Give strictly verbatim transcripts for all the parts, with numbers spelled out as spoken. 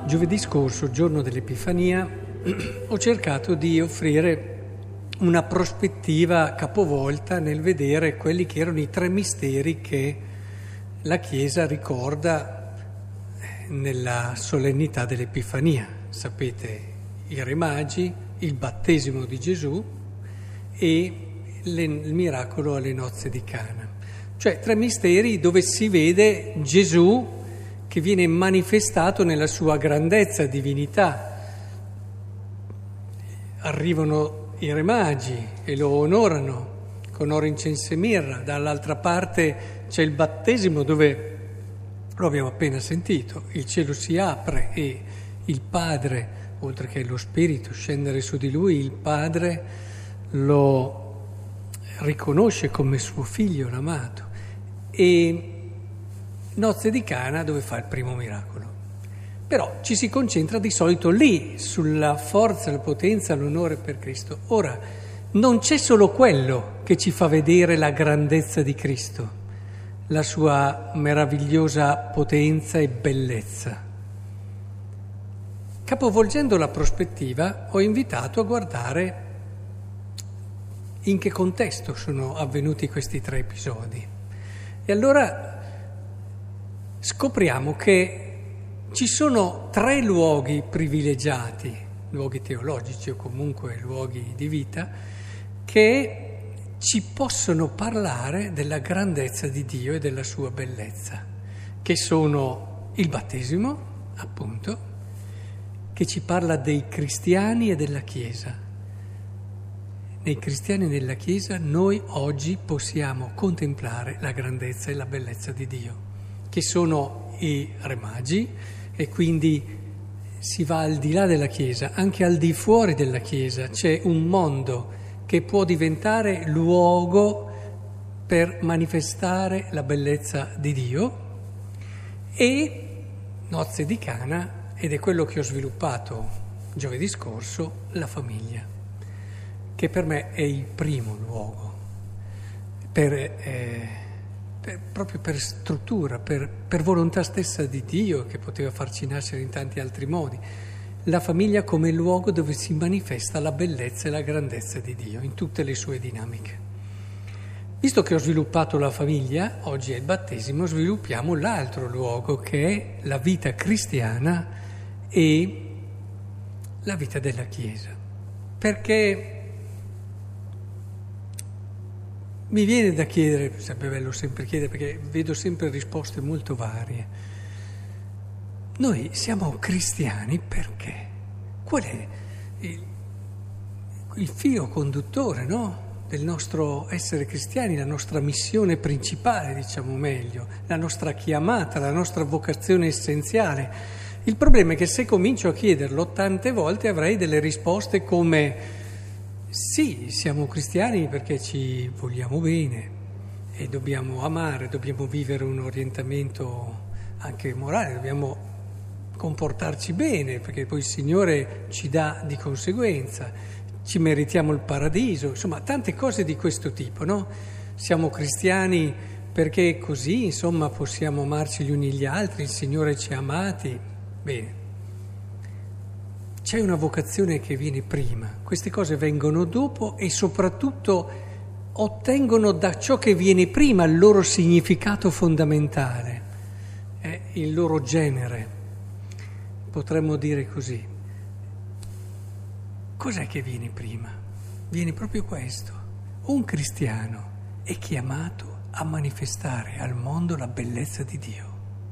Giovedì scorso, giorno dell'Epifania, ho cercato di offrire una prospettiva capovolta nel vedere quelli che erano i tre misteri che la Chiesa ricorda nella solennità dell'Epifania. Sapete, i Re Magi, il battesimo di Gesù e le, il miracolo alle nozze di Cana. Cioè tre misteri dove si vede Gesù che viene manifestato nella sua grandezza, divinità. Arrivano i Re Magi e lo onorano con oro, incenso e mirra. Dall'altra parte c'è il battesimo dove, lo abbiamo appena sentito, il cielo si apre e il Padre, oltre che lo Spirito scendere su di lui, il Padre lo riconosce come suo figlio l'amato. E nozze di Cana dove fa il primo miracolo. Però ci si concentra di solito lì, sulla forza, la potenza, l'onore per Cristo. Ora, non c'è solo quello che ci fa vedere la grandezza di Cristo, la sua meravigliosa potenza e bellezza. Capovolgendo la prospettiva, ho invitato a guardare in che contesto sono avvenuti questi tre episodi. E allora scopriamo che ci sono tre luoghi privilegiati, luoghi teologici o comunque luoghi di vita, che ci possono parlare della grandezza di Dio e della sua bellezza, che sono il battesimo, appunto, che ci parla dei cristiani e della Chiesa. Nei cristiani e nella Chiesa noi oggi possiamo contemplare la grandezza e la bellezza di Dio, che sono i Re Magi, e quindi si va al di là della Chiesa, anche al di fuori della Chiesa c'è un mondo che può diventare luogo per manifestare la bellezza di Dio, e nozze di Cana, ed è quello che ho sviluppato giovedì scorso, la famiglia, che per me è il primo luogo per... Eh, Per, proprio per struttura, per, per volontà stessa di Dio, che poteva farci nascere in tanti altri modi. La famiglia come luogo dove si manifesta la bellezza e la grandezza di Dio in tutte le sue dinamiche. Visto che ho sviluppato la famiglia, oggi è il battesimo, sviluppiamo l'altro luogo che è la vita cristiana e la vita della Chiesa. Perché mi viene da chiedere, sarebbe bello sempre chiedere, perché vedo sempre risposte molto varie. Noi siamo cristiani perché? Qual è il, il filo conduttore, no? Del nostro essere cristiani, la nostra missione principale, diciamo meglio, la nostra chiamata, la nostra vocazione essenziale. Il problema è che se comincio a chiederlo tante volte avrei delle risposte come: sì, siamo cristiani perché ci vogliamo bene e dobbiamo amare, dobbiamo vivere un orientamento anche morale, dobbiamo comportarci bene perché poi il Signore ci dà di conseguenza, ci meritiamo il paradiso, insomma tante cose di questo tipo, no? Siamo cristiani perché così, insomma, possiamo amarci gli uni gli altri, il Signore ci ha amati, bene. C'è una vocazione che viene prima, queste cose vengono dopo e soprattutto ottengono da ciò che viene prima il loro significato fondamentale, eh, il loro genere, potremmo dire così. Cos'è che viene prima? Viene proprio questo. Un cristiano è chiamato a manifestare al mondo la bellezza di Dio.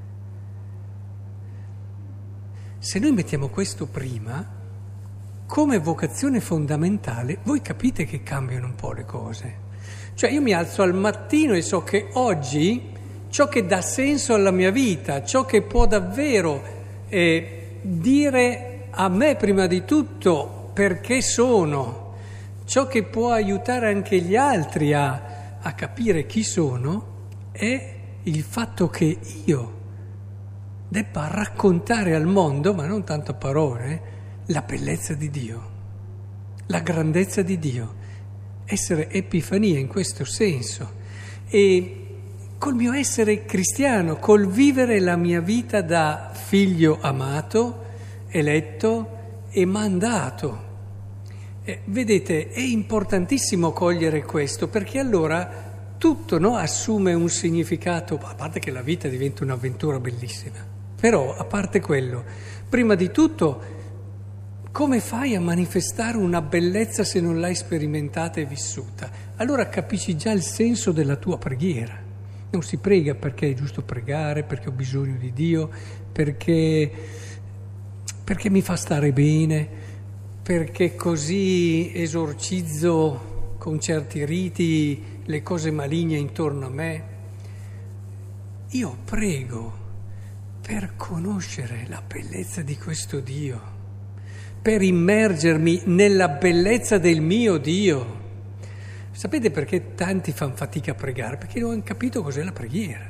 Se noi mettiamo questo prima, come vocazione fondamentale, voi capite che cambiano un po' le cose. Cioè io mi alzo al mattino e so che oggi ciò che dà senso alla mia vita, ciò che può davvero eh, dire a me prima di tutto perché sono, ciò che può aiutare anche gli altri a, a capire chi sono, è il fatto che io debba raccontare al mondo, ma non tanto a parole, la bellezza di Dio, la grandezza di Dio, essere epifania in questo senso. E col mio essere cristiano, col vivere la mia vita da figlio amato, eletto e mandato. Eh, vedete, è importantissimo cogliere questo, perché allora tutto, no, assume un significato, a parte che la vita diventa un'avventura bellissima, però a parte quello, prima di tutto, come fai a manifestare una bellezza se non l'hai sperimentata e vissuta? Allora capisci già il senso della tua preghiera. Non si prega perché è giusto pregare, perché ho bisogno di Dio, perché, perché mi fa stare bene, perché così esorcizzo con certi riti le cose maligne intorno a me. Io prego per conoscere la bellezza di questo Dio, per immergermi nella bellezza del mio Dio. Sapete perché tanti fanno fatica a pregare? Perché non hanno capito cos'è la preghiera.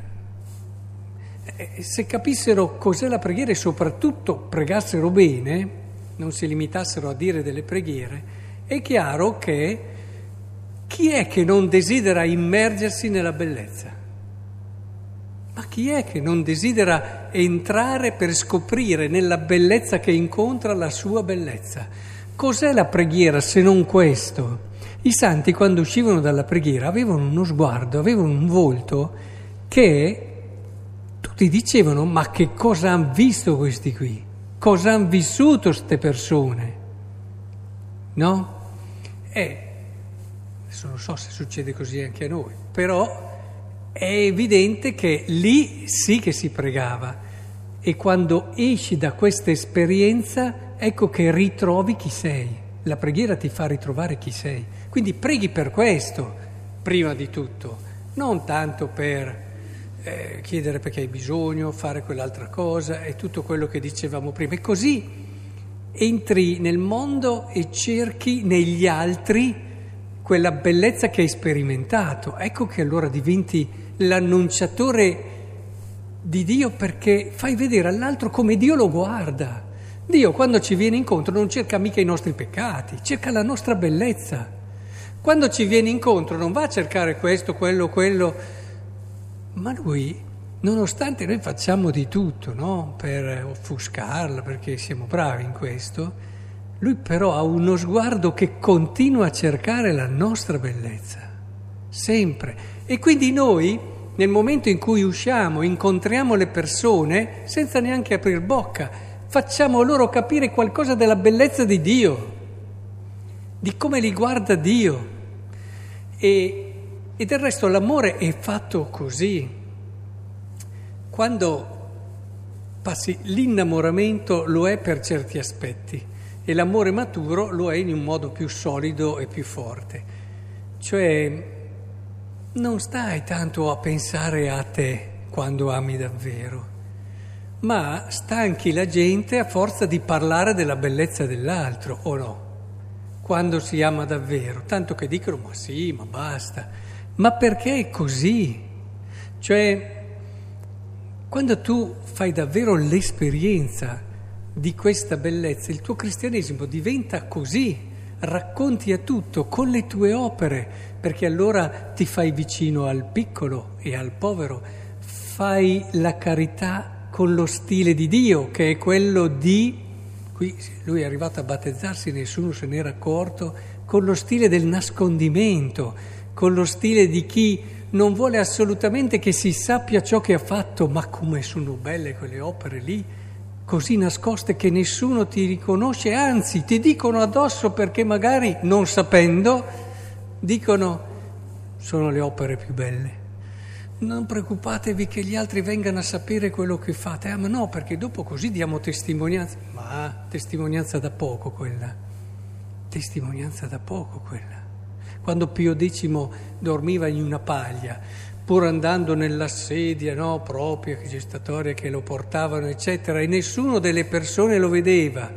E se capissero cos'è la preghiera e soprattutto pregassero bene, non si limitassero a dire delle preghiere, è chiaro che chi è che non desidera immergersi nella bellezza? Ma chi è che non desidera entrare per scoprire nella bellezza che incontra la sua bellezza? Cos'è la preghiera se non questo? I santi quando uscivano dalla preghiera avevano uno sguardo, avevano un volto che tutti dicevano: ma che cosa hanno visto questi qui? Cosa hanno vissuto queste persone? No? E adesso non so se succede così anche a noi, però è evidente che lì sì che si pregava, e quando esci da questa esperienza ecco che ritrovi chi sei. La preghiera ti fa ritrovare chi sei. Quindi preghi per questo, prima di tutto, non tanto per eh, chiedere perché hai bisogno, fare quell'altra cosa e tutto quello che dicevamo prima. E così entri nel mondo e cerchi negli altri quella bellezza che hai sperimentato. Ecco che allora diventi l'annunciatore di Dio, perché fai vedere all'altro come Dio lo guarda. Dio quando ci viene incontro non cerca mica i nostri peccati, cerca la nostra bellezza. Quando ci viene incontro non va a cercare questo, quello, quello, ma Lui, nonostante noi facciamo di tutto, no? Per offuscarla, perché siamo bravi in questo, Lui però ha uno sguardo che continua a cercare la nostra bellezza, sempre. E quindi noi, nel momento in cui usciamo, incontriamo le persone, senza neanche aprir bocca, facciamo loro capire qualcosa della bellezza di Dio, di come li guarda Dio. E, e del resto l'amore è fatto così. Quando passi l'innamoramento lo è per certi aspetti e l'amore maturo lo è in un modo più solido e più forte. Cioè non stai tanto a pensare a te quando ami davvero, ma stanchi la gente a forza di parlare della bellezza dell'altro, o no? Quando si ama davvero, tanto che dicono: ma sì, ma basta. Ma perché è così? Cioè, quando tu fai davvero l'esperienza di questa bellezza, il tuo cristianesimo diventa così, racconti a tutto con le tue opere, perché allora ti fai vicino al piccolo e al povero, fai la carità con lo stile di Dio, che è quello di, qui lui è arrivato a battezzarsi, nessuno se n'era accorto, con lo stile del nascondimento, con lo stile di chi non vuole assolutamente che si sappia ciò che ha fatto, ma come sono belle quelle opere lì, così nascoste che nessuno ti riconosce, anzi ti dicono addosso, perché magari non sapendo dicono: sono le opere più belle. Non preoccupatevi che gli altri vengano a sapere quello che fate. Ah, ma no, perché dopo così diamo testimonianza. Ma testimonianza da poco quella. Testimonianza da poco quella. Quando Pio X dormiva in una paglia, pur andando nella sedia, no, propria, gestatoria, che lo portavano, eccetera, e nessuno delle persone lo vedeva,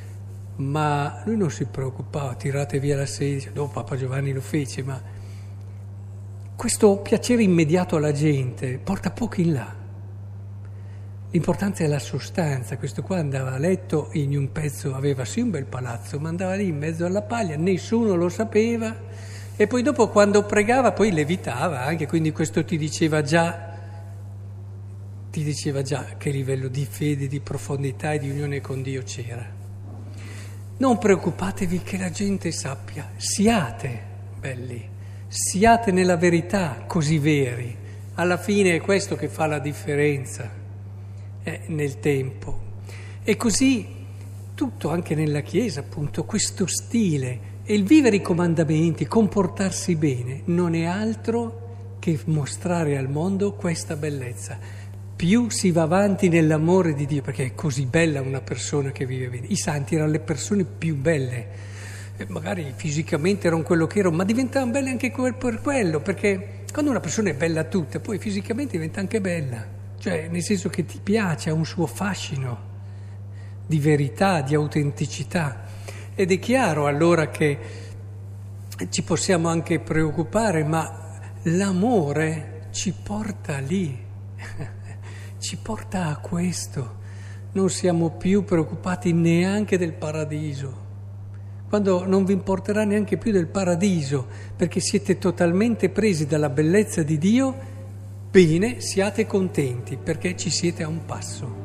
ma lui non si preoccupava, tirate via la sedia. Dopo Papa Giovanni lo fece, ma questo piacere immediato alla gente porta poco in là. L'importanza è la sostanza. Questo qua andava a letto in un pezzo, aveva sì un bel palazzo, ma andava lì in mezzo alla paglia, nessuno lo sapeva, e poi dopo quando pregava poi levitava anche, quindi questo ti diceva già ti diceva già che livello di fede, di profondità e di unione con Dio c'era. Non preoccupatevi che la gente sappia, siate belli, siate nella verità così veri. Alla fine è questo che fa la differenza eh, nel tempo. E così tutto anche nella Chiesa, appunto, questo stile e il vivere i comandamenti, comportarsi bene, non è altro che mostrare al mondo questa bellezza. Più si va avanti nell'amore di Dio, perché è così bella una persona che vive bene. I santi erano le persone più belle, eh, magari fisicamente erano quello che erano, ma diventavano belle anche per quello, perché quando una persona è bella tutta, poi fisicamente diventa anche bella, cioè nel senso che ti piace, ha un suo fascino di verità, di autenticità. Ed è chiaro allora che ci possiamo anche preoccupare, ma l'amore ci porta lì, ci porta a questo. Non siamo più preoccupati neanche del paradiso, quando non vi importerà neanche più del paradiso, perché siete totalmente presi dalla bellezza di Dio. Bene, siate contenti, perché ci siete a un passo.